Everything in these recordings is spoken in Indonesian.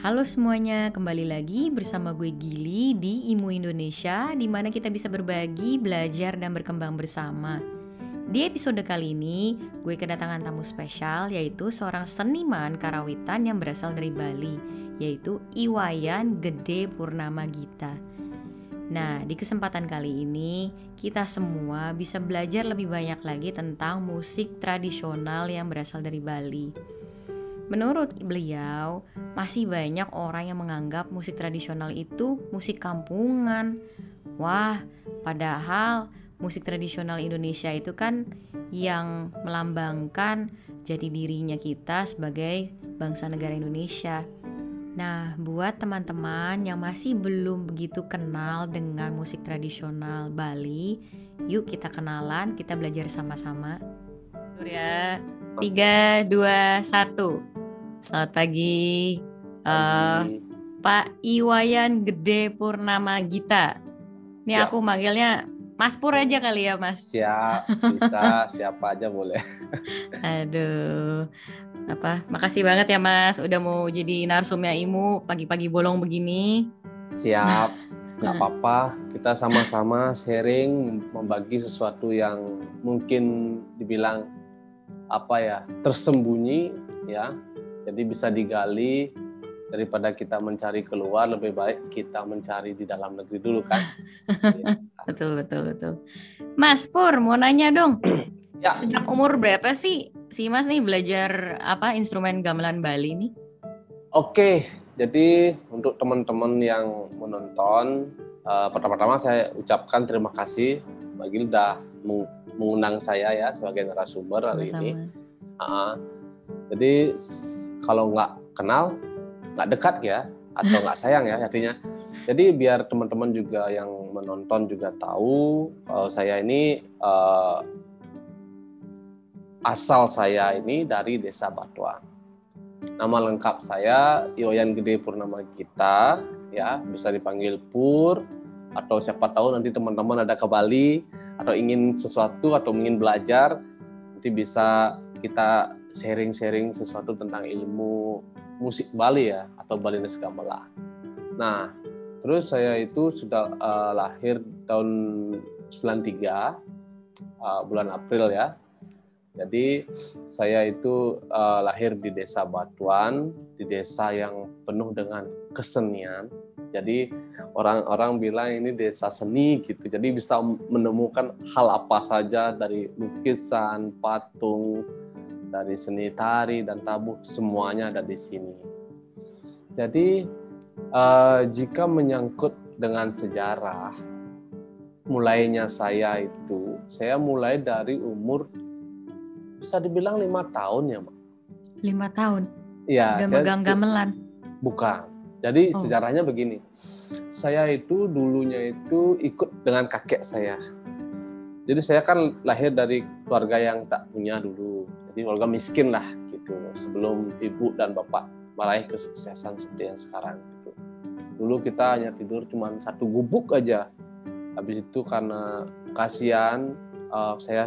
Halo semuanya, kembali lagi bersama gue Gili di IMU Indonesia, di mana kita bisa berbagi, belajar, dan berkembang bersama. Di episode kali ini, gue kedatangan tamu spesial, yaitu seorang seniman karawitan yang berasal dari Bali, yaitu Iwayan Gede Purnama Gita. Nah, di kesempatan kali ini, kita semua bisa belajar lebih banyak lagi tentang musik tradisional yang berasal dari Bali. Menurut beliau, masih banyak orang yang menganggap musik tradisional itu musik kampungan. Wah, padahal musik tradisional Indonesia itu kan yang melambangkan jati dirinya kita sebagai bangsa negara Indonesia. Nah, buat teman-teman yang masih belum begitu kenal dengan musik tradisional Bali, yuk kita kenalan, kita belajar sama-sama. Ya, 3, 2, 1. Selamat pagi, Pak Iwayan Gede Purnama Gita. Ini Siap. aku manggilnya Mas Pur aja kali ya, Mas. Siap, bisa siapa aja boleh. Aduh, makasih banget ya Mas, udah mau jadi narsumnya IMU pagi-pagi bolong begini. Siap, nggak apa-apa. Kita sama-sama sharing, membagi sesuatu yang mungkin dibilang tersembunyi, ya. Jadi bisa digali. Daripada kita mencari keluar, lebih baik kita mencari di dalam negeri dulu kan. Betul. Mas Pur, mau nanya dong. Ya. Sejak umur berapa sih si Mas nih belajar instrumen gamelan Bali nih? Oke, jadi untuk teman-teman yang menonton, pertama-tama saya ucapkan terima kasih Mbak Gil udah mengundang saya ya sebagai narasumber hari ini. Jadi kalau nggak kenal, nggak dekat ya, atau nggak sayang ya artinya. Jadi biar teman-teman juga yang menonton juga tahu, saya ini asal saya ini dari Desa Batuang. Nama lengkap saya Iwayan Gede Purnama Gita, ya bisa dipanggil Pur, atau siapa tahu nanti teman-teman ada ke Bali atau ingin sesuatu atau ingin belajar, nanti bisa kita sharing-sharing sesuatu tentang ilmu musik Bali ya, atau Balinese Gamelan. Nah, terus saya itu sudah lahir tahun 93, bulan April ya. Jadi saya itu lahir di Desa Batuan, di desa yang penuh dengan kesenian. Jadi orang-orang bilang ini desa seni gitu. Jadi bisa menemukan hal apa saja dari lukisan, patung, dari seni tari dan tabuh, semuanya ada di sini. Jadi jika menyangkut dengan sejarah, mulainya saya mulai dari umur bisa dibilang 5 tahun ya, Mbak. 5 tahun? Iya, udah megang gamelan? Bukan. Jadi sejarahnya begini. Saya itu dulunya itu ikut dengan kakek saya. Jadi saya kan lahir dari keluarga yang tak punya dulu. Jadi keluarga miskin lah gitu. Sebelum ibu dan bapak meraih kesuksesan seperti yang sekarang gitu. Dulu kita hanya tidur cuma satu gubuk aja. Habis itu karena kasihan saya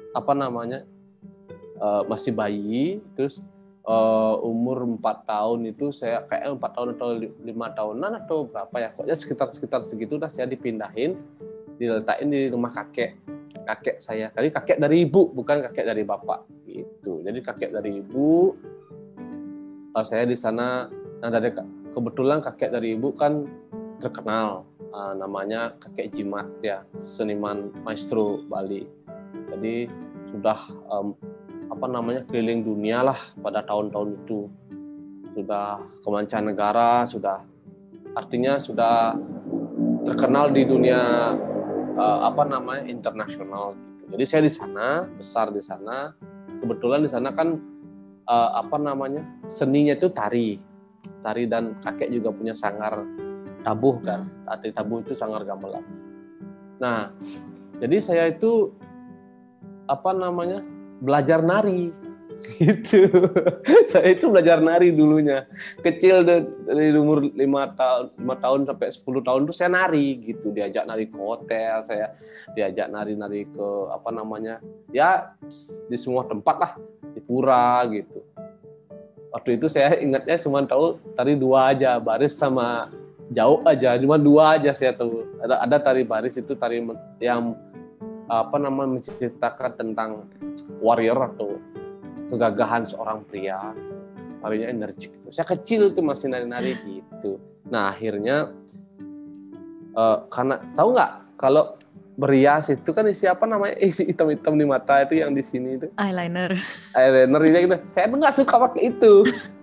masih bayi, terus umur 4 tahun itu saya kayak 4 tahun atau 5 tahunan atau berapa ya, pokoknya sekitar segitu dah saya diletakin di rumah kakek saya. Tadi kakek dari ibu, bukan kakek dari bapak gitu. Jadi kakek dari ibu, saya di sana. Nah, dari kebetulan kakek dari ibu kan terkenal, namanya kakek Jimat ya, seniman maestro Bali. Jadi sudah keliling dunia lah pada tahun-tahun itu, sudah ke mancanegara, artinya sudah terkenal di dunia internasional gitu. Jadi saya di sana, besar di sana. Kebetulan di sana kan seninya itu tari dan kakek juga punya sanggar tabuh kan. Tari tabuh itu sanggar gamelan. Nah, jadi saya itu belajar nari gitu. Saya itu belajar nari dulunya. Kecil dari umur 5 tahun sampai 10 tahun itu saya nari gitu. Diajak nari ke hotel, saya diajak nari ke ya di semua tempat lah, di pura gitu. Waktu itu saya ingatnya cuma tahu tari 2 aja, baris sama jauh aja, cuma 2 aja saya tahu. Ada tari baris itu tari yang menceritakan tentang warrior atau kegagahan seorang pria, tarinya energik gitu. Saya kecil tuh masih nari-nari gitu. Nah akhirnya karena tahu nggak kalau berias itu kan isi hitam-hitam di mata itu yang di sini itu Eyeliner ini gitu. Saya tuh nggak suka pakai itu.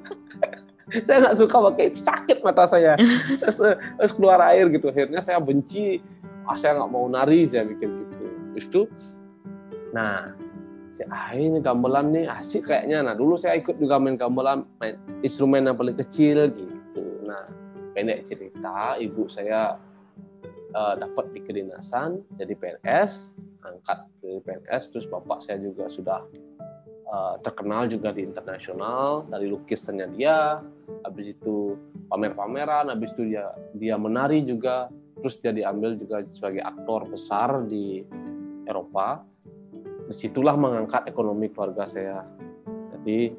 Saya nggak suka pakai itu, sakit mata saya. Terus keluar air gitu. Akhirnya saya benci. Saya nggak mau nari, saya pikir gitu. Terus itu, nah, ini gamelan nih asik kayaknya. Nah dulu saya ikut juga main gamelan, main instrumen yang paling kecil gitu. Nah pendek cerita, ibu saya dapat di kedinasan jadi PNS, angkat dari PNS. Terus bapak saya juga sudah terkenal juga di internasional dari lukisannya dia. Habis itu pamer-pameran, habis itu dia menari juga, terus dia diambil juga sebagai aktor besar di Eropa. Disitulah mengangkat ekonomi keluarga saya. Jadi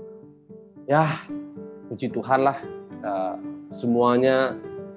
ya puji Tuhan lah, semuanya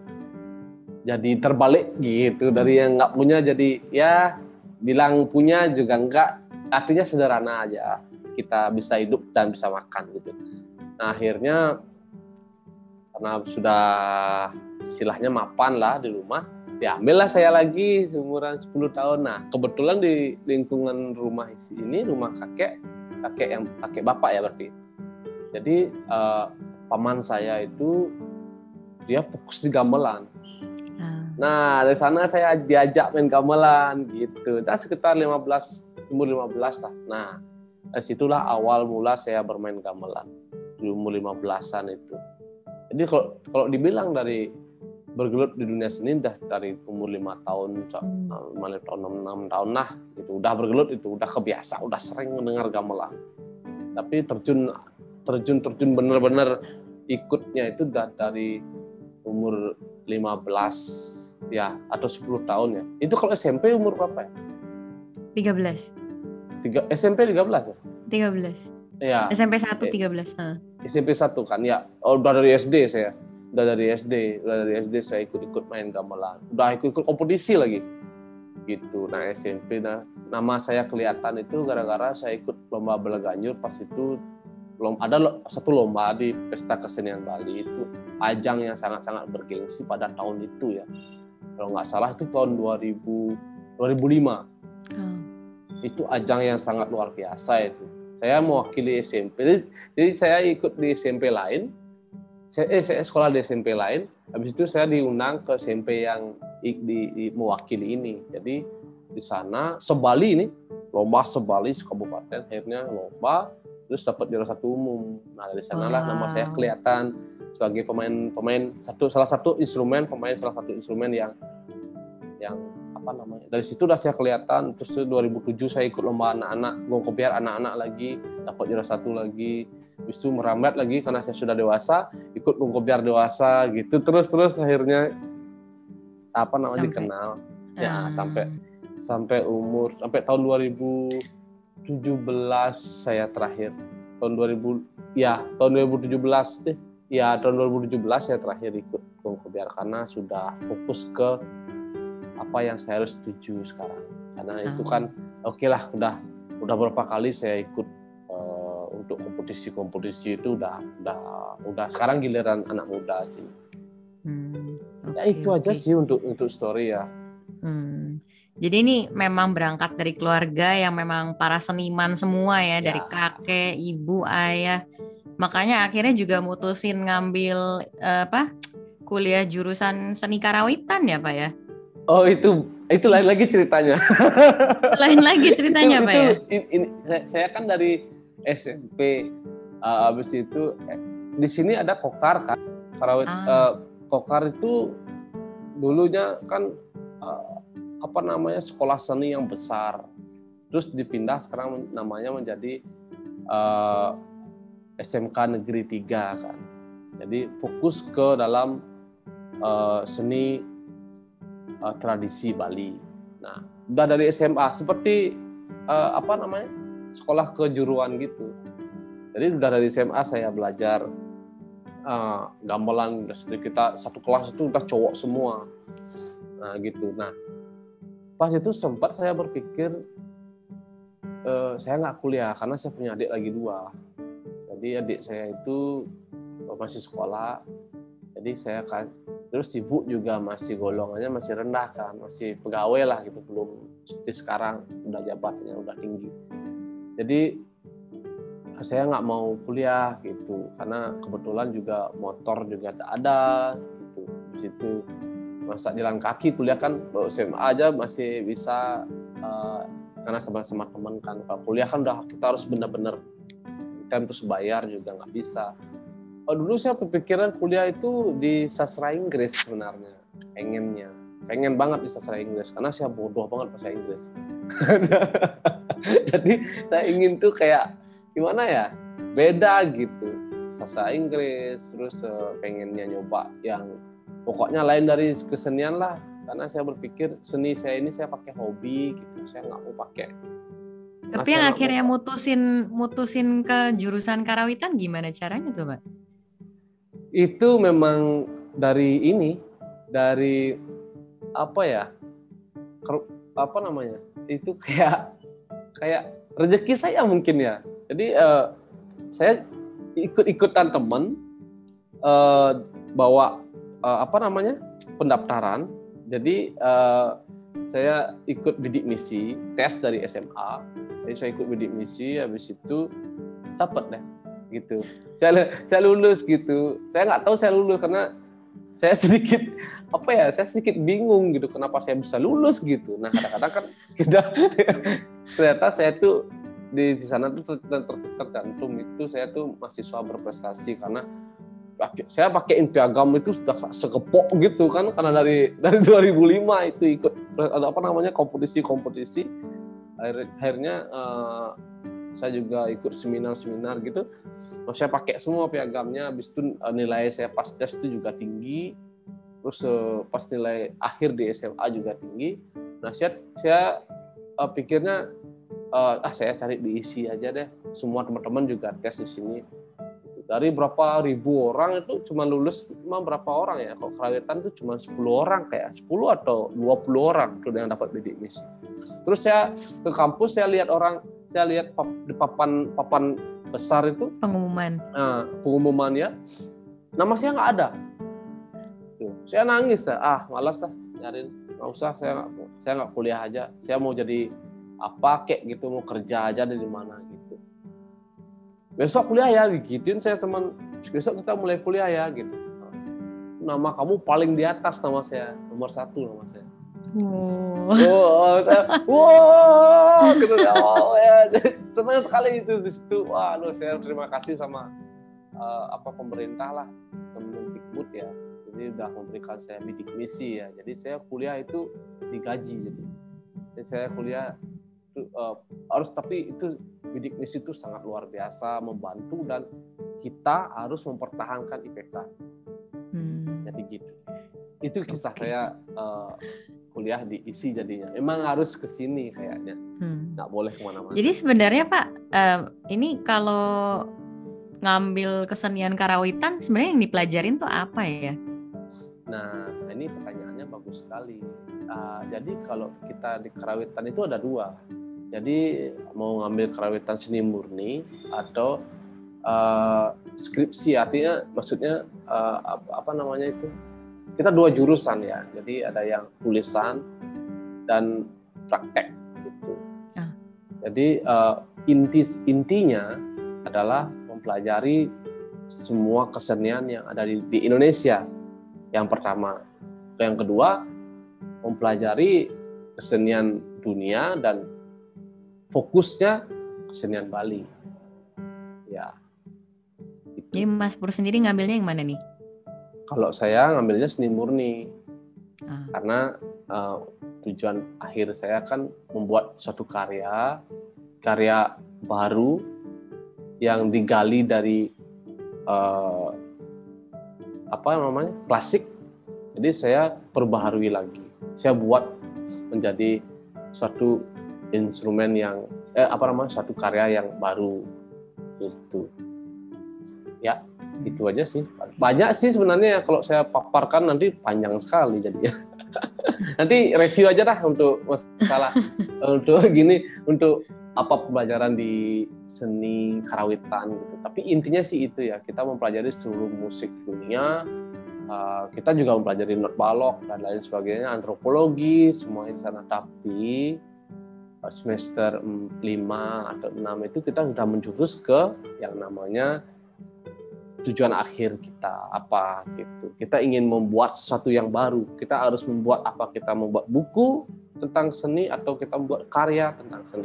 jadi terbalik gitu, dari yang nggak punya jadi ya bilang punya juga enggak, artinya sederhana aja, kita bisa hidup dan bisa makan gitu. Nah akhirnya karena sudah istilahnya mapan lah di rumah, diambil lah saya lagi umuran 10 tahun. Nah kebetulan di lingkungan rumah ini, rumah kakek bapak ya berarti. Jadi paman saya itu dia fokus di gamelan. Nah dari sana saya diajak main gamelan gitu. Nah sekitar umur 15 lah. Nah dari situlah awal mula saya bermain gamelan di umur 15-an itu. Jadi kalau dibilang dari bergelut di dunia seni udah dari umur 5 tahun, 5 tahun, 6 tahun lah gitu. Udah bergelut itu, udah kebiasa, udah sering mendengar gamelan. Tapi terjun benar-benar ikutnya itu udah dari umur 15 ya atau 10 tahun ya. Itu kalau SMP umur berapa ya? 13. SMP 13 ya? 13. Ya. SMP 1 13. SMP 1 kan ya. Udah dari SD saya. Udah dari SD saya ikut main gamelan. Udah ikut kompetisi lagi. Gitu. Nah, SMP nama saya kelihatan itu gara-gara saya ikut lomba Belaganyur. Pas itu ada satu lomba di Pesta Kesenian Bali, itu ajang yang sangat-sangat bergengsi pada tahun itu ya. Kalau nggak salah itu tahun 2005. Itu ajang yang sangat luar biasa itu. Saya mewakili SMP. Jadi saya ikut di SMP lain. Saya sekolah di SMP lain. Habis itu saya diundang ke SMP yang mewakili ini. Jadi di sana sebali ini lomba sebali sekabupaten, akhirnya lomba terus dapat juara 1 umum. Nah dari sanalah nama saya kelihatan sebagai pemain salah satu instrumen yang apa namanya, dari situ udah saya kelihatan. Terus 2007 saya ikut lomba anak-anak, Gongkopiar anak-anak lagi, dapat juara 1 lagi. Habis itu merambat lagi karena saya sudah dewasa, ikut Gongkopiar dewasa gitu, terus akhirnya dikenal ya sampai tahun 2017 saya terakhir. Tahun 2017 saya terakhir ikut Gongkopiar karena sudah fokus ke apa yang saya harus tuju sekarang. Karena itu kan oke lah, udah berapa kali saya ikut untuk kompetisi itu udah sekarang giliran anak muda sih. Ya itu aja sih untuk story ya. Jadi ini memang berangkat dari keluarga yang memang para seniman semua ya, dari kakek, ibu, ayah. Makanya akhirnya juga mutusin ngambil kuliah jurusan seni karawitan ya Pak ya? Oh itu lain lagi ceritanya. Lain lagi ceritanya Pak ya? Saya kan dari SMP, habis itu di sini ada kokar kan, karawit. Kokar itu dulunya kan sekolah seni yang besar, terus dipindah sekarang namanya menjadi SMK Negeri 3 kan. Jadi fokus ke dalam seni tradisi Bali. Nah, udah dari SMA seperti sekolah kejuruan gitu. Jadi udah dari SMA saya belajar gamelan. Kita satu kelas itu udah cowok semua. Nah gitu. Nah pas itu sempat saya berpikir saya nggak kuliah karena saya punya adik lagi 2. Jadi adik saya itu masih sekolah. Jadi saya terus ibu juga masih golongannya masih rendah kan, masih pegawai lah gitu, belum seperti sekarang udah jabatannya udah tinggi. Jadi saya nggak mau kuliah gitu karena kebetulan juga motor juga ada gitu. Di situ masa jalan kaki kuliah kan SMA aja masih bisa karena sama-sama teman kan. Kalau kuliah kan udah kita harus benar-benar kan terus bayar juga nggak bisa. Dulu saya berpikiran kuliah itu di sastra Inggris sebenarnya, pengen banget di sastra Inggris karena saya bodoh banget bahasa Inggris. Jadi saya ingin tuh kayak gimana ya, beda gitu, sastra Inggris, terus pengennya nyoba yang pokoknya lain dari kesenian lah, karena saya berpikir seni saya ini saya pakai hobi gitu, saya nggak mau pakai. Tapi yang akhirnya mutusin ke jurusan karawitan gimana caranya tuh, Pak? Itu memang dari apa namanya, itu kayak rezeki saya mungkin ya. Jadi saya ikut-ikutan teman bawa pendaftaran. Jadi saya ikut bidik misi, tes dari SMA. Jadi saya ikut bidik misi, habis itu dapat deh gitu. Saya lulus gitu. Saya nggak tahu saya lulus karena saya sedikit bingung gitu kenapa saya bisa lulus gitu. Nah kadang-kadang kan ternyata saya tuh di sana tuh tercantum itu saya tuh mahasiswa berprestasi karena saya pakein piagam itu sudah sekepok gitu kan, karena dari 2005 itu ikut kompetisi. Akhirnya saya juga ikut seminar gitu. Nah, saya pakai semua piagamnya, habis itu nilai saya pas tes itu juga tinggi, terus pas nilai akhir di SMA juga tinggi. Nah saya pikirnya saya cari di ISI aja deh, semua teman-teman juga tes di sini. Dari berapa ribu orang itu cuma lulus berapa orang ya, kalau karawitan itu cuma 10 orang, kayak 10 atau 20 orang tuh yang dapat bidik misi. Terus saya ke kampus, saya lihat di papan besar itu pengumuman ya, nama saya nggak ada. Tuh, saya nangis malas nyariin, nggak usah, saya nggak kuliah aja, saya mau jadi apa kayak gitu, mau kerja aja di mana gitu. Besok kuliah ya, digituin saya teman, besok kita mulai kuliah ya gitu. Nama kamu paling di atas, nama saya nomor 1 nama saya. Gitu ya, senang sekali itu di situ. Saya terima kasih sama pemerintah lah, Kemendikbud ya. Jadi udah memberikan saya bidik misi ya. Jadi saya kuliah itu digaji jadi saya kuliah itu tapi itu bidik misi itu sangat luar biasa membantu dan kita harus mempertahankan IPK. Jadi gitu. Itu kisah saya kuliah di ISI jadinya. Emang harus ke sini kayaknya. Nggak boleh kemana-mana. Jadi sebenarnya Pak, ini kalau ngambil kesenian karawitan sebenarnya yang dipelajarin tuh apa ya? Nah, ini pertanyaannya bagus sekali. Jadi kalau kita di karawitan itu ada 2. Jadi mau ngambil karawitan seni murni atau skripsi, artinya maksudnya itu? Kita 2 jurusan ya. Jadi ada yang tulisan dan praktek gitu. Jadi intinya adalah mempelajari semua kesenian yang ada di Indonesia. Yang pertama. Yang kedua, mempelajari kesenian dunia dan fokusnya kesenian Bali. Ya. Gitu. Jadi Mas Pur sendiri ngambilnya yang mana nih? Kalau saya ngambilnya seni murni. Karena tujuan akhir saya kan membuat suatu karya baru yang digali dari klasik. Jadi saya perbaharui lagi. Saya buat menjadi suatu instrumen yang suatu karya yang baru. Itu. Ya, itu aja sih. Banyak sih sebenarnya kalau saya paparkan nanti panjang sekali jadinya. Nanti review aja dah untuk masalah untuk gini, untuk apa pembelajaran di seni karawitan gitu. Tapi intinya sih itu ya, kita mempelajari seluruh musik dunia. Kita juga mempelajari not balok dan lain sebagainya, antropologi semuanya di sana. Tapi semester 5 atau 6 itu kita sudah menjurus ke yang namanya tujuan akhir kita apa gitu. Kita ingin membuat sesuatu yang baru. Kita harus membuat apa? Kita membuat buku tentang seni atau kita membuat karya tentang seni.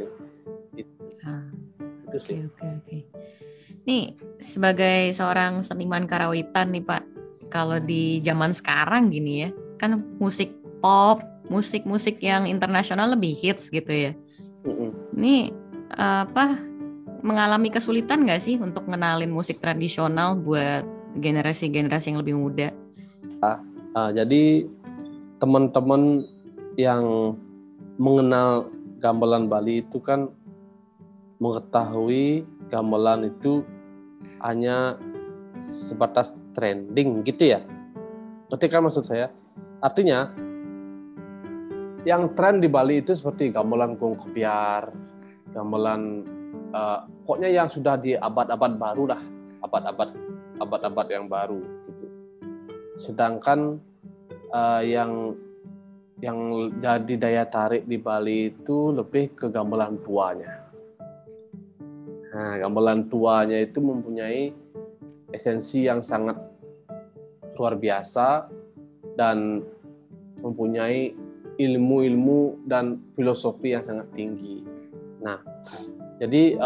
Itu sih. Oke. Nih, sebagai seorang seniman karawitan nih Pak, kalau di zaman sekarang gini ya, kan musik pop, musik-musik yang internasional lebih hits gitu ya. Ini mengalami kesulitan nggak sih untuk ngenalin musik tradisional buat generasi-generasi yang lebih muda? Jadi teman-teman yang mengenal gamelan Bali itu kan mengetahui gamelan itu hanya sebatas trending gitu ya. Ngerti kan maksud saya? Artinya yang tren di Bali itu seperti gamelan gong kebiar, gamelan pokoknya yang sudah di abad-abad baru lah, abad-abad yang baru gitu. Sedangkan yang jadi daya tarik di Bali itu lebih ke gamelan tuanya. Nah, gamelan tuanya itu mempunyai esensi yang sangat luar biasa dan mempunyai ilmu-ilmu dan filosofi yang sangat tinggi. Nah, jadi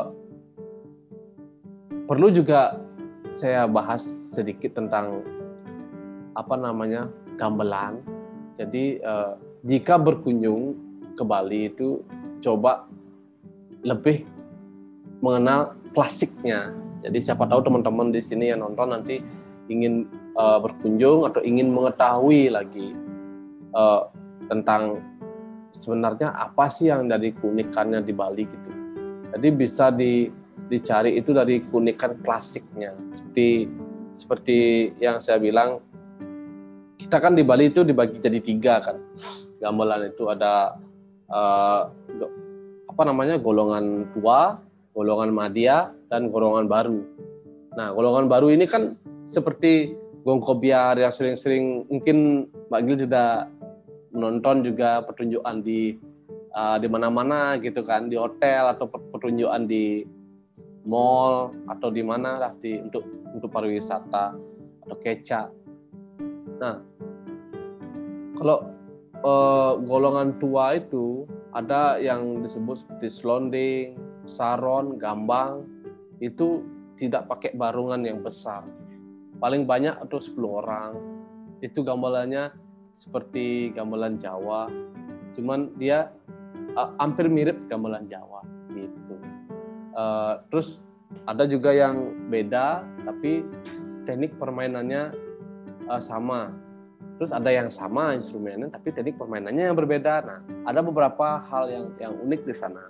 perlu juga saya bahas sedikit tentang gamelan. Jadi jika berkunjung ke Bali itu coba lebih mengenal klasiknya. Jadi siapa tahu teman-teman di sini yang nonton nanti ingin berkunjung atau ingin mengetahui lagi tentang sebenarnya apa sih yang dari keunikannya di Bali gitu. Jadi bisa dicari itu dari keunikan klasiknya. Seperti yang saya bilang, kita kan di Bali itu dibagi jadi 3 kan. Gamelan itu ada golongan tua, golongan madya, dan golongan baru. Nah, golongan baru ini kan seperti gong kobiar yang sering-sering mungkin Mbak Gil sudah menonton juga pertunjukan di mana-mana gitu kan, di hotel atau pertunjukan di mall atau di mana lah untuk pariwisata atau keca. Nah, kalau golongan tua itu ada yang disebut seperti selonding, saron, gambang, itu tidak pakai barungan yang besar. Paling banyak atau 10 orang. Itu gamelannya seperti gamelan Jawa, cuman dia hampir mirip gamelan Jawa gitu. Terus ada juga yang beda tapi teknik permainannya sama. Terus ada yang sama instrumennya tapi teknik permainannya yang berbeda. Nah, ada beberapa hal yang unik di sana.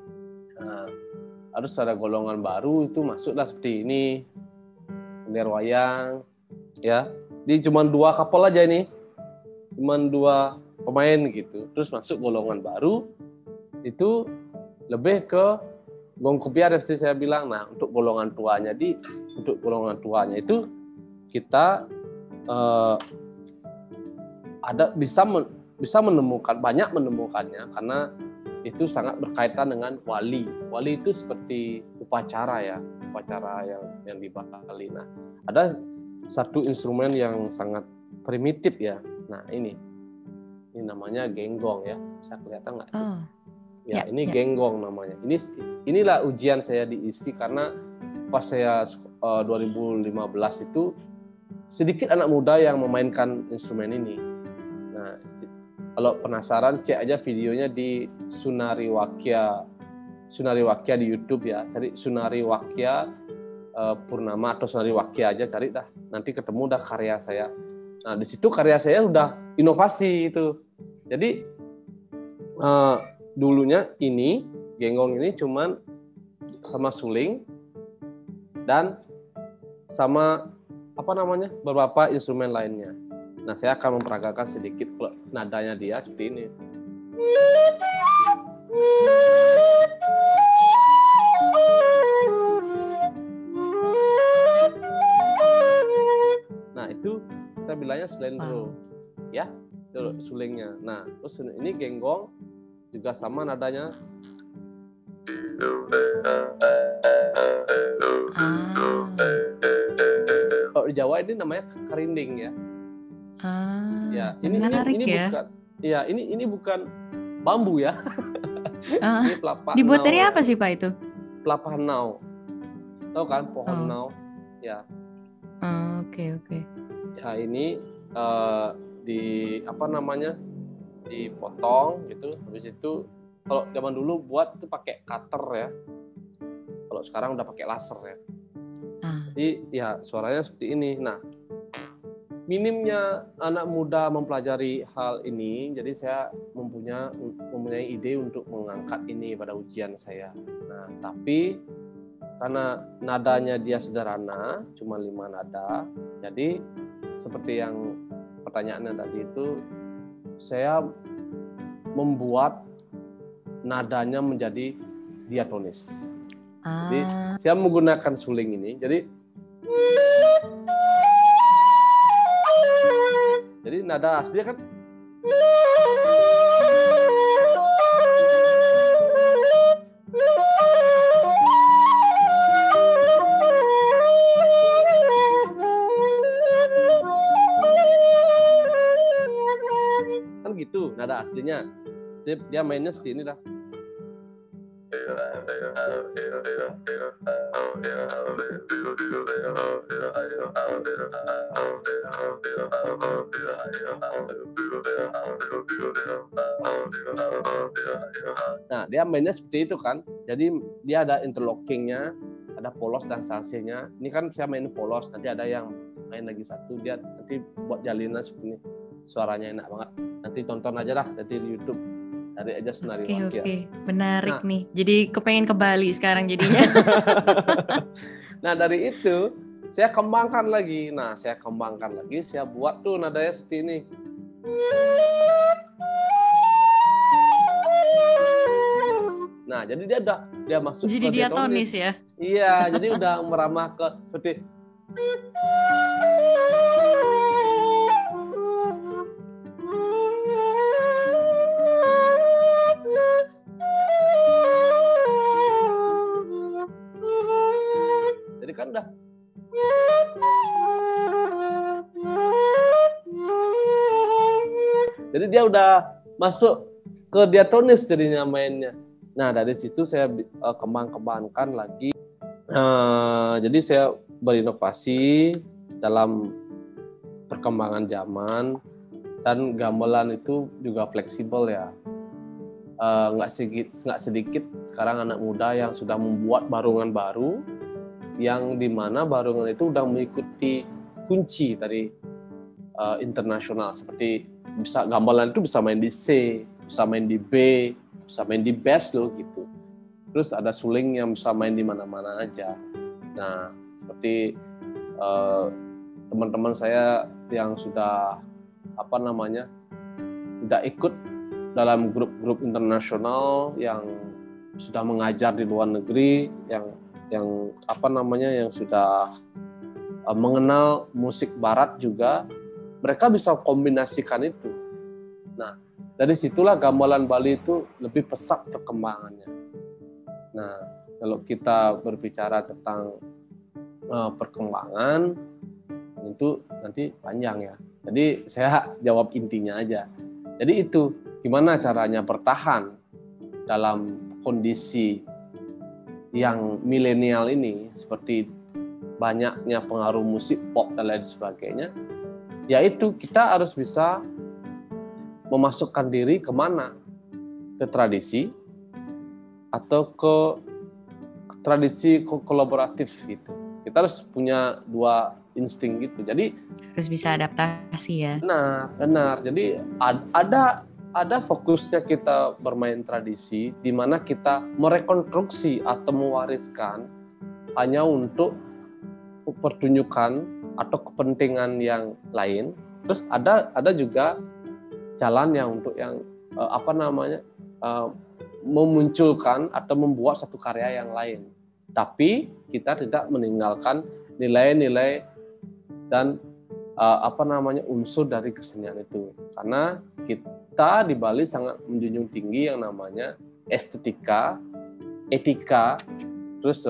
Harus ada golongan baru itu masuklah seperti ini, pendер wayang, ya. Jadi cuma 2 kapal aja ini. Cuman 2 pemain gitu. Terus masuk golongan baru itu lebih ke gong kopiar seperti saya bilang. Nah, untuk golongan tuanya itu kita bisa menemukannya karena itu sangat berkaitan dengan wali. Wali itu seperti upacara yang di Bali. Nah, ada satu instrumen yang sangat primitif ya. Nah, ini namanya genggong ya. Bisa kelihatan nggak sih? Ini genggong namanya. Inilah ujian saya diisi karena pas saya 2015 itu sedikit anak muda yang memainkan instrumen ini. Nah, kalau penasaran cek aja videonya di Sunari Wakya di YouTube ya. Cari Sunari Wakya Purnama atau Sunari Wakya aja, cari dah. Nanti ketemu dah karya saya. Nah, di situ karya saya udah inovasi itu. Jadi dulunya ini genggong ini cuman sama suling dan sama beberapa instrumen lainnya. Nah, saya akan memperagakan sedikit nadanya dia seperti ini. Nah, itu kita bilangnya slendro. Ya, itu sulingnya. Nah, terus ini genggong juga sama nadanya. Kalau di Jawa ini namanya karinding ya. Ya, ini ya? Bukan. Ya, ini bukan bambu ya. Ini pelapa. Dibuat dari apa sih Pak itu? Pelapa nau. Tahu kan pohon nau? Ya. Oke. Ya, ini dipotong gitu. Habis itu kalau zaman dulu buat itu pakai cutter ya. Kalau sekarang udah pakai laser ya. Jadi ya suaranya seperti ini. Nah, minimnya anak muda mempelajari hal ini, jadi saya mempunyai ide untuk mengangkat ini pada ujian saya. Nah, tapi karena nadanya dia sederhana, cuma 5 nada, jadi seperti yang pertanyaannya tadi itu, saya membuat nadanya menjadi diatonis. Jadi saya menggunakan suling ini, jadi nada aslinya kan gitu nada aslinya. Dia mainnya seperti ini lah. Nah, dia mainnya seperti itu kan. Jadi dia ada interlockingnya, ada polos dan salsenya. Ini kan saya main polos, nanti ada yang main lagi satu, dia nanti buat jalinan seperti ini. Suaranya enak banget. Nanti tonton aja lah, nanti di YouTube. Cari aja Senari Wakya. Oke. Menarik nih. Jadi kepengen ke Bali sekarang jadinya. Nah, dari itu saya kembangkan lagi. Saya buat tuh nadanya seperti ini. Nah, jadi dia masuk jadi ke diatonis ya. Iya, jadi udah meramah ke seperti jadi kan udah jadi dia udah masuk ke diatonis jadinya mainnya. Nah, dari situ saya kembangkan lagi. Jadi saya berinovasi dalam perkembangan zaman, dan gamelan itu juga fleksibel ya. Nggak sedikit sekarang anak muda yang sudah membuat barungan baru, yang dimana barungan itu udah mengikuti kunci dari internasional, seperti gamelan itu bisa main di C, bisa main di B, bisa main di bass loh gitu. Terus ada suling yang bisa main di mana-mana aja. Nah, seperti teman-teman saya yang sudah sudah ikut dalam grup-grup internasional yang sudah mengajar di luar negeri, yang sudah mengenal musik barat juga, mereka bisa kombinasikan itu. Nah, dari situlah gamelan Bali itu lebih pesat perkembangannya. Nah, kalau kita berbicara tentang perkembangan, itu nanti panjang ya. Jadi saya jawab intinya aja. Jadi itu gimana caranya bertahan dalam kondisi yang milenial ini, seperti banyaknya pengaruh musik pop dan lain sebagainya, yaitu kita harus bisa memasukkan diri kemana? Ke tradisi atau ke tradisi kolaboratif gitu. Kita harus punya dua insting gitu. Jadi harus bisa adaptasi ya. Nah, benar. Jadi ada fokusnya kita bermain tradisi, di mana kita merekonstruksi atau mewariskan hanya untuk pertunjukan atau kepentingan yang lain. Terus ada juga jalan yang untuk yang memunculkan atau membuat satu karya yang lain. Tapi kita tidak meninggalkan nilai-nilai dan unsur dari kesenian itu. Karena kita di Bali sangat menjunjung tinggi yang namanya estetika, etika, terus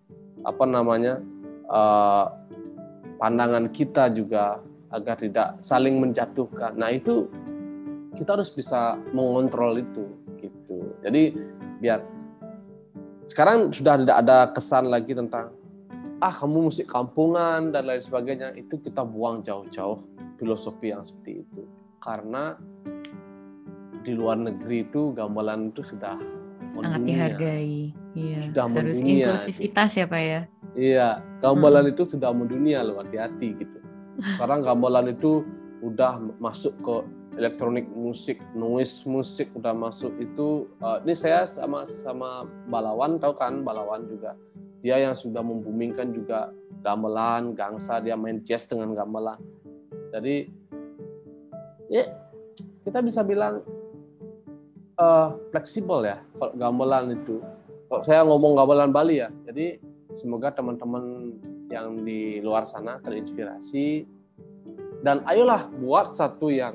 pandangan kita juga agar tidak saling menjatuhkan. Nah, itu kita harus bisa mengontrol itu gitu. Jadi biar sekarang sudah tidak ada kesan lagi tentang kamu musik kampungan dan lain sebagainya. Itu kita buang jauh-jauh filosofi yang seperti itu. Karena di luar negeri itu gamelan itu sudah sangat dihargai. Iya, sudah harus mendunia, inklusivitas gitu. Ya Pak ya. Iya, gamelan itu sudah mendunia loh, hati-hati gitu. Sekarang gamelan itu udah masuk ke elektronik musik, noise musik udah masuk itu. Ini saya sama Balawan, tahu kan Balawan juga. Dia yang sudah membumingkan juga gamelan, gangsa, dia main jazz dengan gamelan. Jadi ya kita bisa bilang fleksibel ya kalau gamelan itu. Kalau saya ngomong gamelan Bali ya. Jadi semoga teman-teman yang di luar sana terinspirasi dan ayolah buat satu yang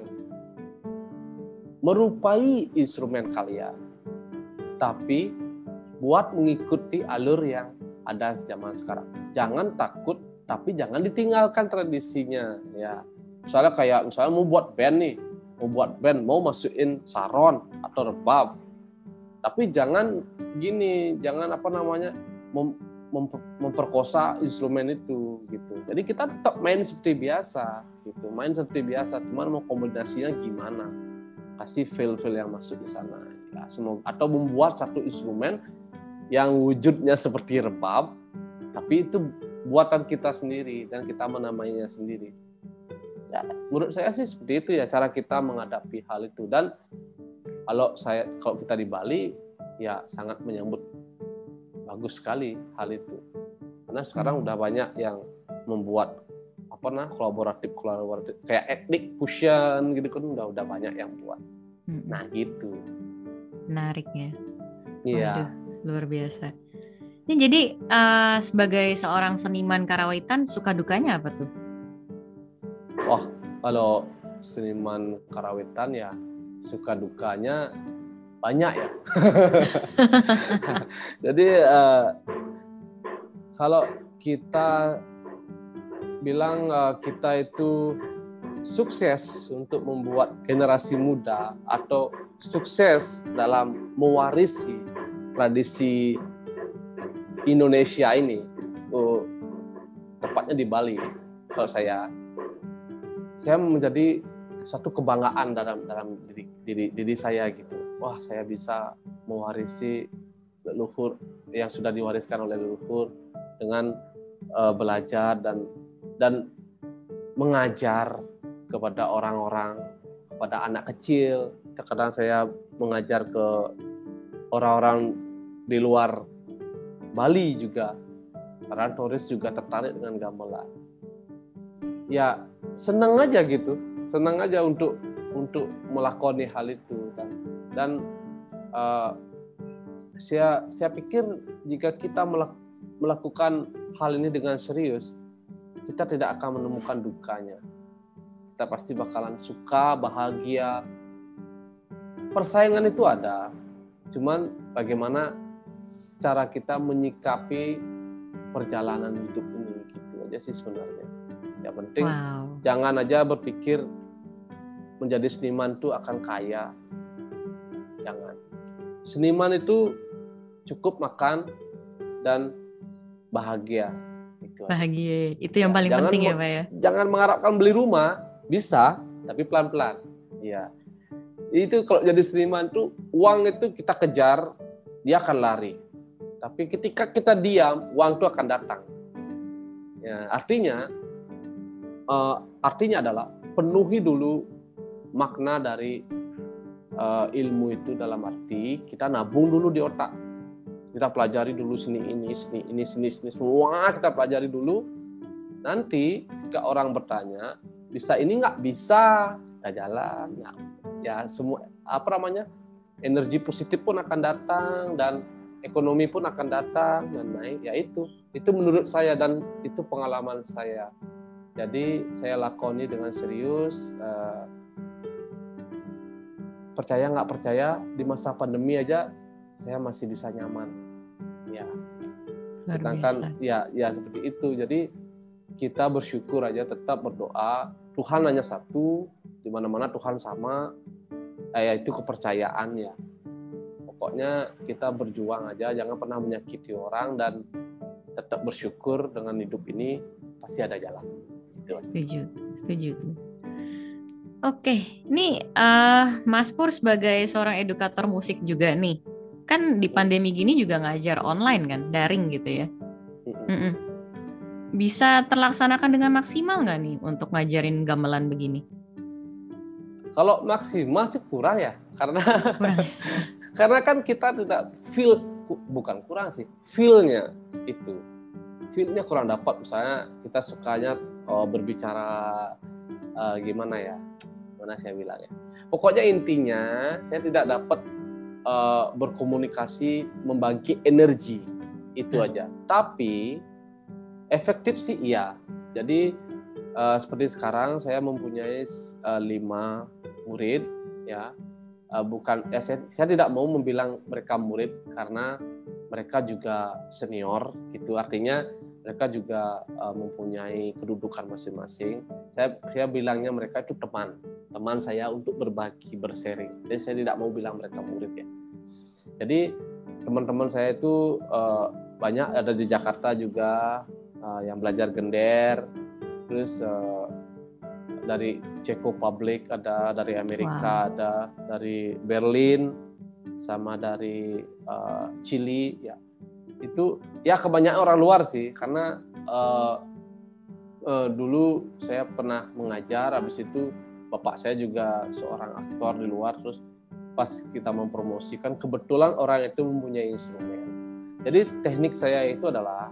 merupai instrumen kalian, tapi buat mengikuti alur yang ada zaman sekarang. Jangan takut, tapi jangan ditinggalkan tradisinya. Ya, misalnya mau buat band, mau masukin saron atau rebab, tapi jangan memperkosa instrumen itu gitu. Jadi kita tetap main seperti biasa, cuman mau kombinasinya gimana? Kasih feel yang masuk di sana. Ya, semoga atau membuat satu instrumen yang wujudnya seperti rebab, tapi itu buatan kita sendiri dan kita menamainya sendiri. Ya, menurut saya sih seperti itu ya cara kita menghadapi hal itu. Dan kalau kita di Bali ya sangat menyambut bagus sekali hal itu. Karena sekarang udah banyak yang membuat kolaboratif kayak etnik fusion gitu kan udah banyak yang buat. Nah, gitu. Menarik ya. Iya. Waduh, luar biasa. Ini jadi sebagai seorang seniman karawitan suka dukanya apa tuh? Wah, kalau seniman karawitan ya suka dukanya banyak ya. Jadi kalau kita bilang kita itu sukses untuk membuat generasi muda atau sukses dalam mewarisi tradisi Indonesia ini, tepatnya di Bali. Kalau saya menjadi satu kebanggaan dalam diri saya gitu. Wah, saya bisa mewarisi leluhur yang sudah diwariskan oleh leluhur dengan belajar dan mengajar kepada orang-orang, kepada anak kecil. Terkadang saya mengajar ke orang-orang di luar Bali juga. Karena turis juga tertarik dengan gamelan. Ya, senang aja gitu. Senang aja untuk melakoni hal itu dan saya pikir jika kita melakukan hal ini dengan serius, kita tidak akan menemukan dukanya. Kita pasti bakalan suka, bahagia. Persaingan itu ada, cuman bagaimana cara kita menyikapi perjalanan hidup ini, gitu aja sih sebenarnya. Yang penting jangan aja berpikir menjadi seniman itu akan kaya. Jangan. Seniman itu cukup makan dan bahagia. Bahagia, itu yang paling penting ya Pak ya. Jangan mengharapkan beli rumah, bisa, tapi pelan-pelan. Ya, itu kalau jadi seniman tuh uang itu kita kejar, dia akan lari. Tapi ketika kita diam, uang itu akan datang. Ya, artinya adalah penuhi dulu makna dari ilmu itu dalam arti kita nabung dulu di otak. Kita pelajari dulu seni ini, semua kita pelajari dulu. Nanti jika orang bertanya, bisa ini nggak? Bisa, nggak jalan. Nggak. Ya semua energi positif pun akan datang dan ekonomi pun akan datang dan naik. Ya itu menurut saya dan itu pengalaman saya. Jadi saya lakoni dengan serius. Percaya nggak percaya, di masa pandemi aja saya masih bisa nyaman. Ya. Sedangkan ya seperti itu. Jadi kita bersyukur aja, tetap berdoa. Tuhan hanya satu, di mana-mana Tuhan sama. Itu kepercayaan ya. Pokoknya kita berjuang aja, jangan pernah menyakiti orang dan tetap bersyukur dengan hidup ini pasti ada jalan. Setuju. Oke, nih Mas Pur sebagai seorang edukator musik juga nih, kan di pandemi gini juga ngajar online kan, daring gitu ya. Bisa terlaksanakan dengan maksimal nggak nih untuk ngajarin gamelan begini? Kalau maksimal sih kurang ya, karena karena kan kita tidak feelnya kurang dapat. Misalnya kita sukanya berbicara gimana saya bilangnya. Pokoknya intinya saya tidak dapat berkomunikasi, membagi energi itu aja. Tapi efektif sih iya. Jadi seperti sekarang saya mempunyai 5 murid ya. Saya tidak mau membilang mereka murid karena mereka juga senior gitu. Artinya mereka juga mempunyai kedudukan masing-masing. Saya bilangnya mereka itu teman saya untuk berbagi, bersharing. Jadi saya tidak mau bilang mereka murid ya. Jadi teman-teman saya itu banyak ada di Jakarta juga yang belajar gender, terus dari Czech Republic ada, dari Amerika ada, dari Berlin, sama dari Chili ya. Itu ya kebanyakan orang luar sih, karena dulu saya pernah mengajar, habis itu bapak saya juga seorang aktor di luar, terus pas kita mempromosikan kebetulan orang itu mempunyai instrumen. Jadi teknik saya itu adalah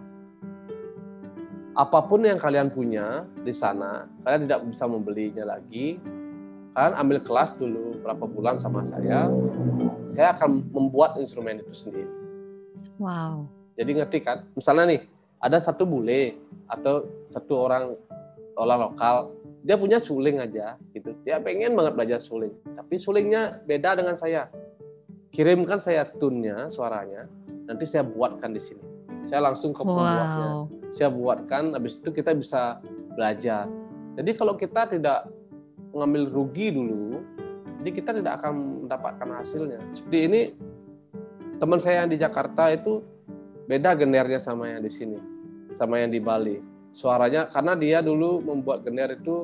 apapun yang kalian punya di sana, kalian tidak bisa membelinya lagi. Kalian ambil kelas dulu berapa bulan sama saya akan membuat instrumen itu sendiri. Wow. Jadi ngerti kan? Misalnya nih, ada satu bule atau satu orang lokal, dia punya suling aja, gitu. Dia pengen banget belajar suling, tapi sulingnya beda dengan saya. Kirimkan saya tune-nya, suaranya, nanti saya buatkan di sini. Saya langsung ke pembuatnya. Saya buatkan, habis itu kita bisa belajar. Jadi kalau kita tidak mengambil rugi dulu, jadi kita tidak akan mendapatkan hasilnya. Seperti ini, teman saya yang di Jakarta itu beda gendernya sama yang di sini, sama yang di Bali. Suaranya, karena dia dulu membuat gender itu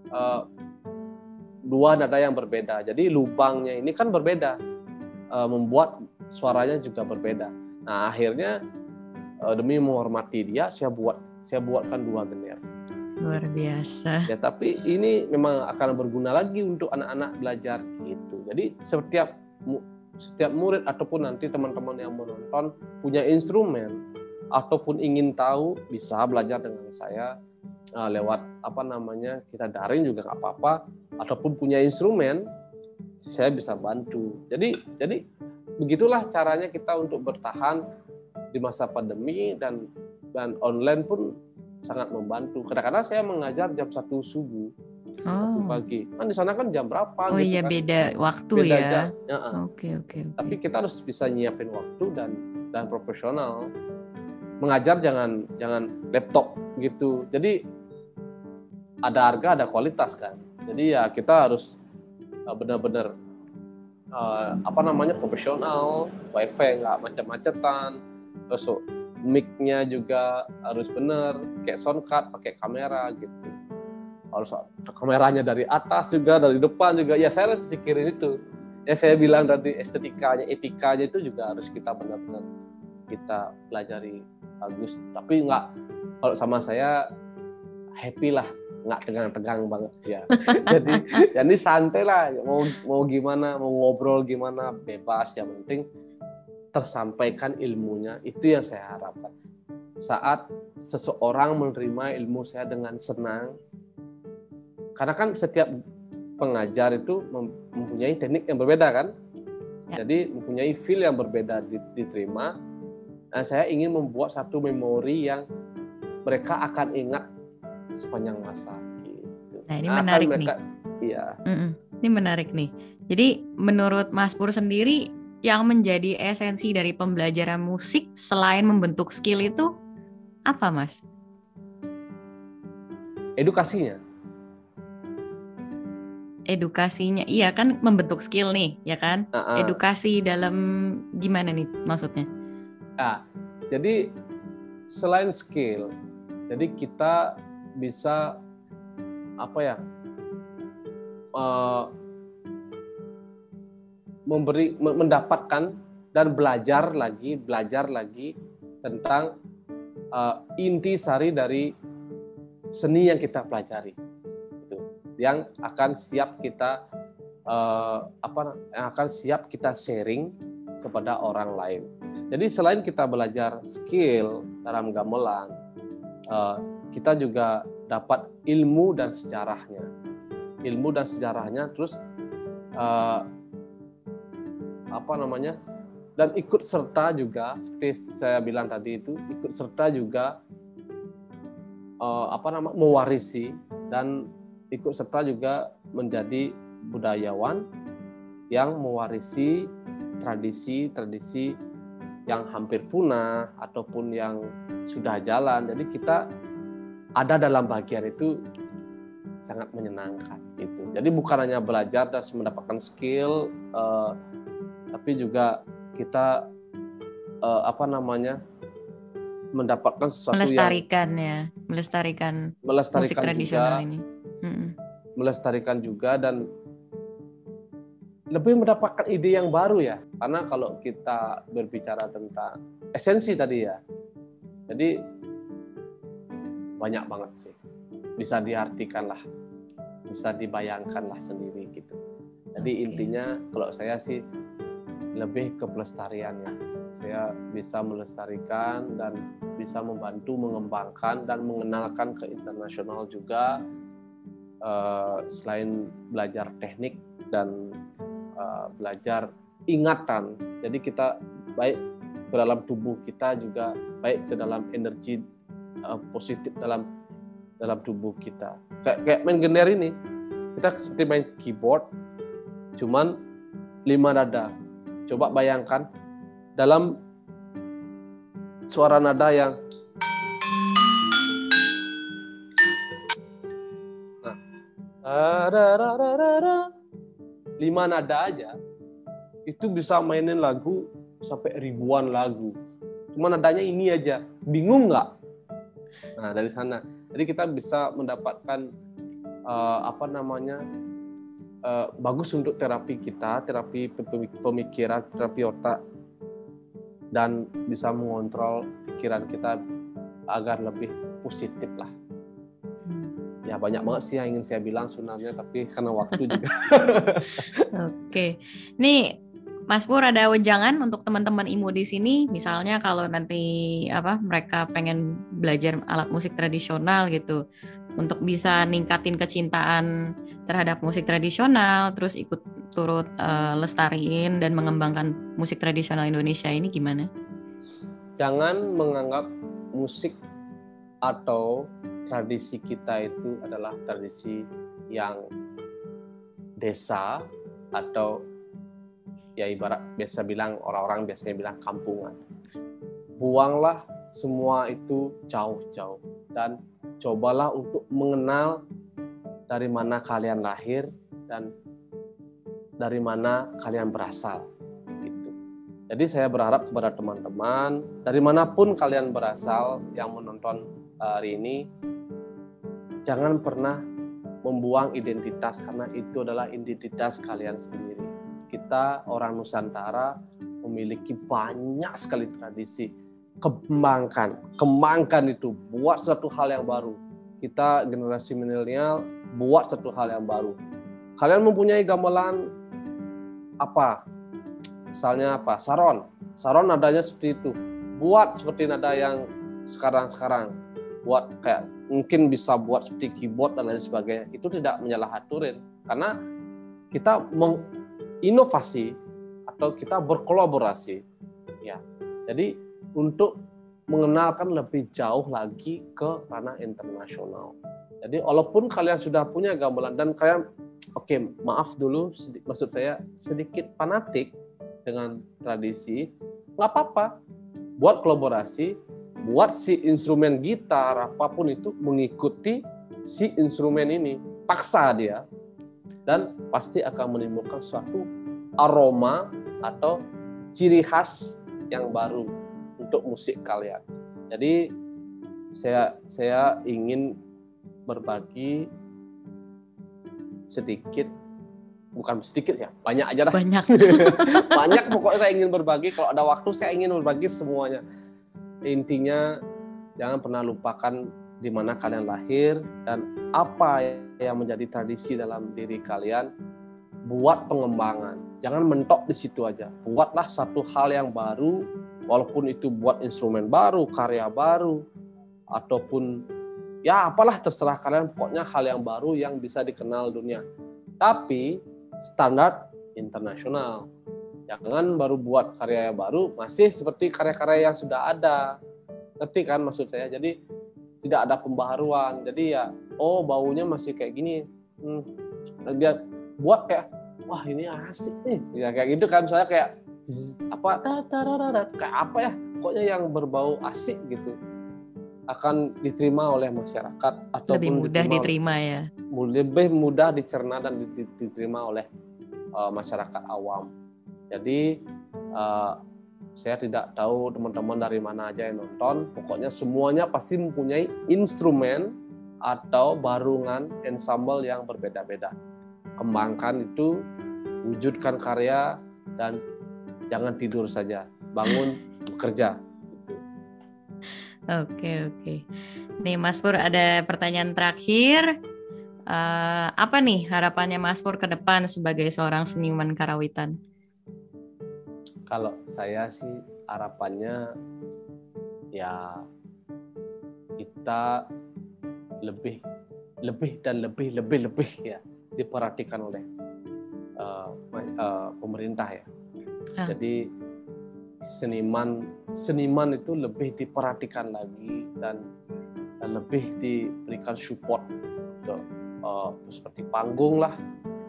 2 nada yang berbeda. Jadi lubangnya ini kan berbeda, membuat suaranya juga berbeda. Nah akhirnya demi menghormati dia, saya buatkan 2 gender. Luar biasa. Ya, tapi ini memang akan berguna lagi untuk anak-anak belajar gitu. Jadi setiap murid ataupun nanti teman-teman yang menonton punya instrumen ataupun ingin tahu, bisa belajar dengan saya lewat kita daring juga nggak apa-apa, ataupun punya instrumen saya bisa bantu. Jadi begitulah caranya kita untuk bertahan di masa pandemi, dan online pun sangat membantu. Kadang-kadang saya mengajar jam 1 subuh, 1 pagi. Kan di sana kan jam berapa? Oh gitu iya kan? Beda waktu beda ya. Oke. Tapi kita harus bisa nyiapin waktu dan profesional. Mengajar jangan laptop gitu. Jadi ada harga, ada kualitas kan. Jadi ya kita harus benar-benar profesional, wifi nggak macet-macetan, terus mic-nya juga harus benar, kayak sound card, pakai kamera gitu. Harus kameranya dari atas juga, dari depan juga. Ya saya harus pikirin itu. Ya saya bilang tadi etikanya itu juga harus kita benar-benar kita pelajari bagus. Tapi nggak, kalau sama saya happy lah, nggak tegang-tegang banget ya. Jadi santai lah, mau gimana, mau ngobrol gimana, bebas. Yang penting tersampaikan ilmunya, itu yang saya harapkan. saat seseorang menerima ilmu saya dengan senang. Karena kan setiap pengajar itu mempunyai teknik yang berbeda kan. Jadi mempunyai feel yang berbeda diterima. Dan saya ingin membuat satu memori yang mereka akan ingat sepanjang masa. Gitu. Nah ini menarik mereka, nih. Iya. Ini menarik nih. Jadi menurut Mas Pur sendiri yang menjadi esensi dari pembelajaran musik selain membentuk skill itu apa, Mas? Edukasinya. Edukasinya, iya kan membentuk skill nih, ya kan? Edukasi dalam gimana nih maksudnya? Jadi selain skill, jadi kita bisa mendapatkan dan belajar lagi tentang inti sari dari seni yang kita pelajari, gitu. Yang akan siap kita sharing kepada orang lain. Jadi selain kita belajar skill dalam gamelan, kita juga dapat ilmu dan sejarahnya, terus dan ikut serta juga, seperti saya bilang tadi itu, ikut serta juga mewarisi dan ikut serta juga menjadi budayawan yang mewarisi tradisi-tradisi yang hampir punah ataupun yang sudah jalan. Jadi kita ada dalam bagian itu sangat menyenangkan gitu. Jadi bukan hanya belajar dan mendapatkan skill, tapi juga kita mendapatkan sesuatu melestarikan musik tradisional juga, ini. Melestarikan juga dan lebih mendapatkan ide yang baru ya. Karena kalau kita berbicara tentang esensi tadi ya, jadi banyak banget sih. Bisa diartikan lah, bisa dibayangkan lah sendiri gitu. Jadi intinya kalau saya sih lebih ke pelestariannya. Saya bisa melestarikan dan bisa membantu mengembangkan dan mengenalkan ke internasional juga, selain belajar teknik dan belajar ingatan. Jadi kita baik ke dalam tubuh kita juga baik ke dalam energi positif dalam tubuh kita. Kayak main gitar ini, kita seperti main keyboard, cuman 5 nada. Coba bayangkan dalam suara nada yang 5 nada aja itu bisa mainin lagu sampai ribuan lagu. Cuma nadanya ini aja, bingung nggak? Nah dari sana, jadi kita bisa mendapatkan bagus untuk terapi kita, terapi pemikiran, terapi otak, dan bisa mengontrol pikiran kita agar lebih positif lah. Ya banyak banget sih yang ingin saya bilang sebenarnya, tapi karena waktu juga. Oke, nih Mas Pur ada wejangan untuk teman-teman IMU di sini, misalnya kalau nanti mereka pengen belajar alat musik tradisional gitu, untuk bisa ningkatin kecintaan terhadap musik tradisional, terus ikut turut lestariin dan mengembangkan musik tradisional Indonesia ini gimana? Jangan menganggap musik atau tradisi kita itu adalah tradisi yang desa atau ya ibarat orang-orang biasanya bilang kampungan. Buanglah semua itu jauh-jauh dan cobalah untuk mengenal dari mana kalian lahir dan dari mana kalian berasal gitu. Jadi saya berharap kepada teman-teman dari manapun kalian berasal yang menonton hari ini, jangan pernah membuang identitas, karena itu adalah identitas kalian sendiri. Kita orang Nusantara memiliki banyak sekali tradisi. Kembangkan itu, buat satu hal yang baru. Kita generasi milenial buat satu hal yang baru. Kalian mempunyai gamelan apa? Misalnya apa? Saron nadanya seperti itu. Buat seperti nada yang sekarang buat kayak mungkin bisa buat seperti keyboard dan lain sebagainya, itu tidak menyalahaturin karena kita menginovasi atau kita berkolaborasi ya. Jadi untuk mengenalkan lebih jauh lagi ke ranah internasional. Jadi walaupun kalian sudah punya gamelan dan kalian maaf dulu, maksud saya sedikit fanatik dengan tradisi, nggak apa-apa, buat kolaborasi, buat si instrumen gitar apapun itu mengikuti si instrumen ini, paksa dia, dan pasti akan menimbulkan suatu aroma atau ciri khas yang baru untuk musik kalian. Jadi saya ingin berbagi sedikit, bukan sedikit ya, banyak aja dah. Banyak. Banyak pokoknya saya ingin berbagi. Kalau ada waktu saya ingin berbagi semuanya. Intinya jangan pernah lupakan di mana kalian lahir dan apa yang menjadi tradisi dalam diri kalian. Buat pengembangan. Jangan mentok di situ aja. Buatlah satu hal yang baru, walaupun itu buat instrumen baru, karya baru, ataupun ya apalah terserah kalian, pokoknya hal yang baru yang bisa dikenal dunia. Tapi standar internasional. Jangan baru buat karya yang baru, masih seperti karya-karya yang sudah ada. Ngerti kan maksud saya? Jadi tidak ada pembaharuan. Jadi ya, baunya masih kayak gini. Dia buat kayak, wah ini asik nih. Ya kayak gitu kan, misalnya kayak kayak apa ya? Pokoknya yang berbau asik gitu. Akan diterima oleh masyarakat ataupun lebih mudah diterima ya. Lebih mudah dicerna dan diterima oleh masyarakat awam. Jadi saya tidak tahu teman-teman dari mana aja yang nonton, pokoknya semuanya pasti mempunyai instrumen atau barungan ensemble yang berbeda-beda. Kembangkan itu, wujudkan karya, dan jangan tidur saja, bangun, bekerja. Oke. Nih Mas Pur, ada pertanyaan terakhir. Apa nih harapannya Mas Pur ke depan sebagai seorang seniman karawitan? Kalau saya sih harapannya ya kita lebih dan lebih ya diperhatikan oleh pemerintah ya. Jadi seniman itu lebih diperhatikan lagi dan lebih diberikan support untuk seperti panggung lah.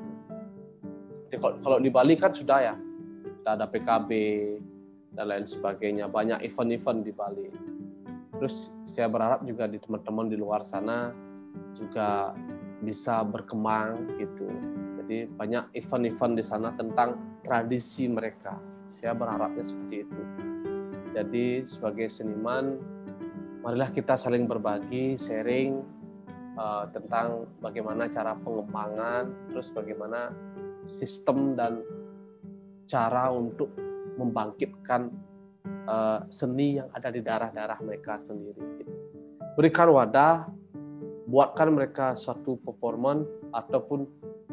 Jadi kalau di Bali kan sudah ya, kita ada PKB dan lain sebagainya, banyak event-event di Bali. Terus saya berharap juga di teman-teman di luar sana juga bisa berkembang gitu. Jadi banyak event-event di sana tentang tradisi mereka. Saya berharapnya seperti itu. Jadi sebagai seniman, marilah kita saling berbagi, sharing tentang bagaimana cara pengembangan, terus bagaimana sistem dan cara untuk membangkitkan seni yang ada di daerah-daerah mereka sendiri. Gitu. Berikan wadah, buatkan mereka suatu performance ataupun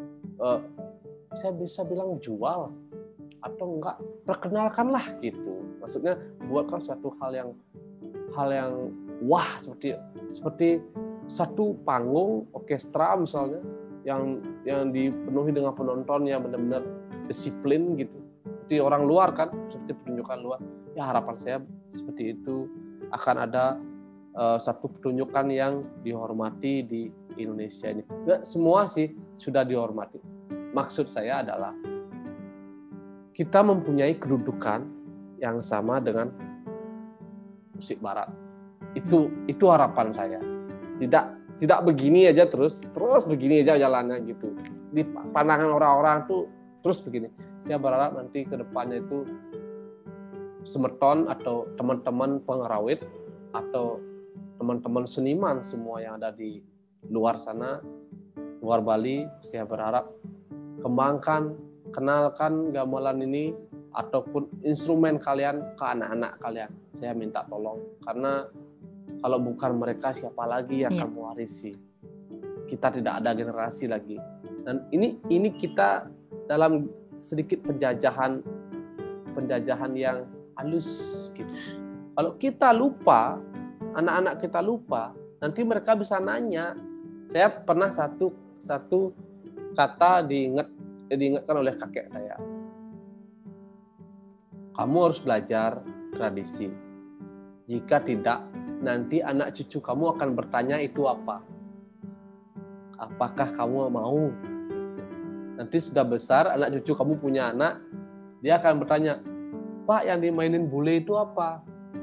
saya bisa bilang jual atau enggak, perkenalkanlah gitu. Maksudnya buatkan suatu hal yang wah, seperti satu panggung orkestra misalnya yang dipenuhi dengan penonton yang benar-benar disiplin gitu. Seperti orang luar kan, seperti pertunjukan luar. Ya harapan saya seperti itu, akan ada satu pertunjukan yang dihormati di Indonesia ini. Nggak semua sih sudah dihormati. Maksud saya adalah kita mempunyai kedudukan yang sama dengan musik barat. Itu harapan saya. Tidak begini aja terus begini aja jalannya gitu. Di pandangan orang-orang tuh terus begini. Saya berharap nanti ke depannya itu semeton atau teman-teman pengerawit atau teman-teman seniman semua yang ada di luar sana, luar Bali, saya berharap kembangkan, kenalkan gamelan ini ataupun instrumen kalian ke anak-anak kalian. Saya minta tolong, karena kalau bukan mereka siapa lagi yang akan mewarisi? Kita tidak ada generasi lagi. Dan ini kita dalam sedikit penjajahan yang halus gitu. Kalau kita lupa, anak-anak kita lupa, nanti mereka bisa nanya. Saya pernah satu kata diingatkan oleh kakek saya. Kamu harus belajar tradisi. Jika tidak, nanti anak cucu kamu akan bertanya itu apa. Apakah kamu mau? Nanti sudah besar, anak cucu kamu punya anak, dia akan bertanya, Pak, yang dimainin bule itu apa?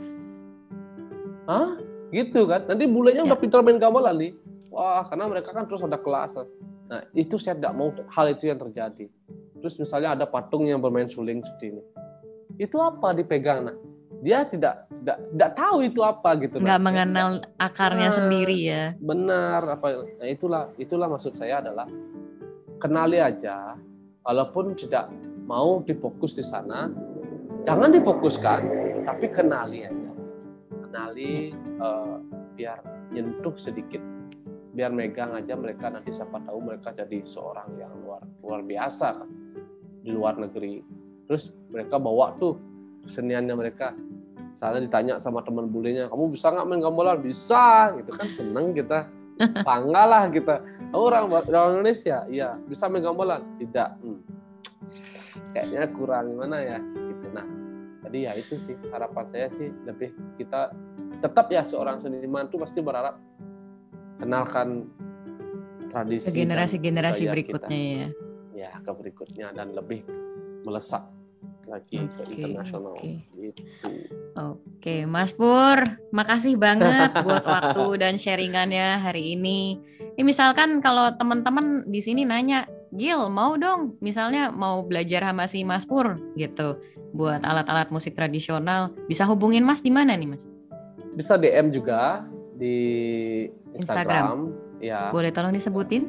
Hah? Gitu kan? Nanti bulenya udah pintar main gamelan nih. Wah, karena mereka kan terus ada kelas. Nah, itu saya tidak mau hal itu yang terjadi. Terus misalnya ada patung yang bermain suling seperti ini. Itu apa dipegang? Nah, dia tidak tahu itu apa gitu. Nggak mengenal akarnya sendiri ya. Benar. Nah, itulah maksud saya adalah kenali aja, walaupun tidak mau difokus di sana, jangan difokuskan, tapi kenali aja. Kenali biar nyentuh sedikit, biar megang aja mereka, nanti siapa tahu mereka jadi seorang yang luar biasa kan di luar negeri. Terus mereka bawa tuh keseniannya mereka. Misalnya ditanya sama teman bulenya, kamu bisa nggak main gamelan? Bisa, gitu kan, seneng kita, bangga lah kita. Orang Indonesia, iya, bisa main gamelan? Tidak, kayaknya kurang gimana ya, gitu. Nah, jadi ya itu sih harapan saya sih, lebih kita tetap ya seorang seniman tuh pasti berharap kenalkan tradisi ke generasi berikutnya kita. Ya, ke berikutnya dan lebih melesak lagi ke internasional. Gitu. Oke, Mas Pur, makasih banget buat waktu dan sharingannya hari ini. Ini misalkan kalau teman-teman di sini nanya, Gil mau dong, misalnya mau belajar sama si Mas Pur gitu, buat alat-alat musik tradisional, bisa hubungin Mas di mana nih, Mas? Bisa DM juga di Instagram. Ya. Boleh tolong disebutin?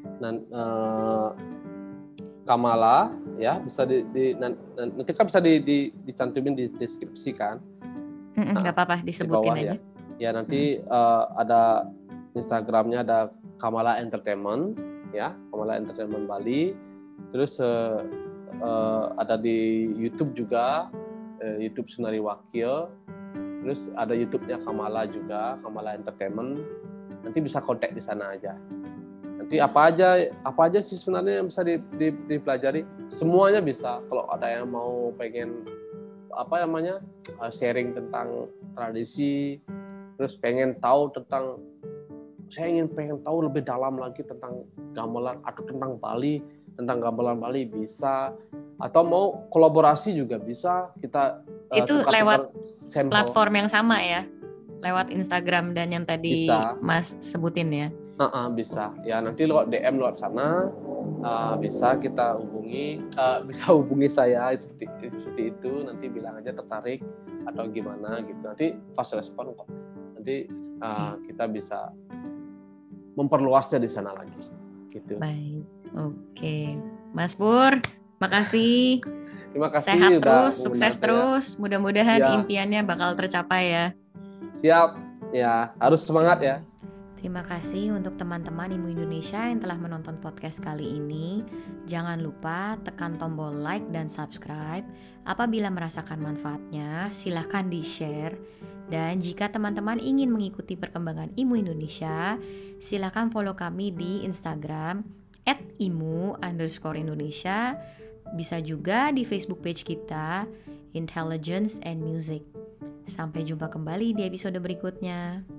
Kamala, ya, bisa nanti kan bisa dicantumin di deskripsi kan. Nggak apa-apa, disebutin bawah, aja. Ya nanti ada Instagramnya, ada Kamala Entertainment, ya, Kamala Entertainment Bali. Terus ada di YouTube juga, YouTube Sunari Wakil. Terus ada YouTube-nya Kamala juga, Kamala Entertainment. Nanti bisa kontak di sana aja. Nanti apa aja sih sebenarnya yang bisa dipelajari, semuanya bisa. Kalau ada yang mau pengen sharing tentang tradisi, terus pengen tahu tentang, pengen tahu lebih dalam lagi tentang gamelan atau tentang Bali, tentang gamelan Bali bisa, atau mau kolaborasi juga bisa. Kita itu lewat platform yang sama ya, lewat Instagram dan yang tadi bisa. Mas sebutin ya. Bisa ya, nanti lewat DM lewat sana bisa kita hubungi, bisa hubungi saya seperti itu, nanti bilang aja tertarik atau gimana gitu, nanti fast respon kok, nanti kita bisa memperluasnya di sana lagi gitu. Baik, oke. Mas Pur, makasih. Terima kasih. Sehat terus, sukses terus, mudah-mudahan impiannya bakal tercapai ya. Siap ya, harus semangat ya. Terima kasih untuk teman-teman IMU Indonesia yang telah menonton podcast kali ini. Jangan lupa tekan tombol like dan subscribe. Apabila merasakan manfaatnya, silahkan di-share. Dan jika teman-teman ingin mengikuti perkembangan IMU Indonesia, silahkan follow kami di Instagram @imu_Indonesia. Bisa juga di Facebook page kita, Intelligence and Music. Sampai jumpa kembali di episode berikutnya.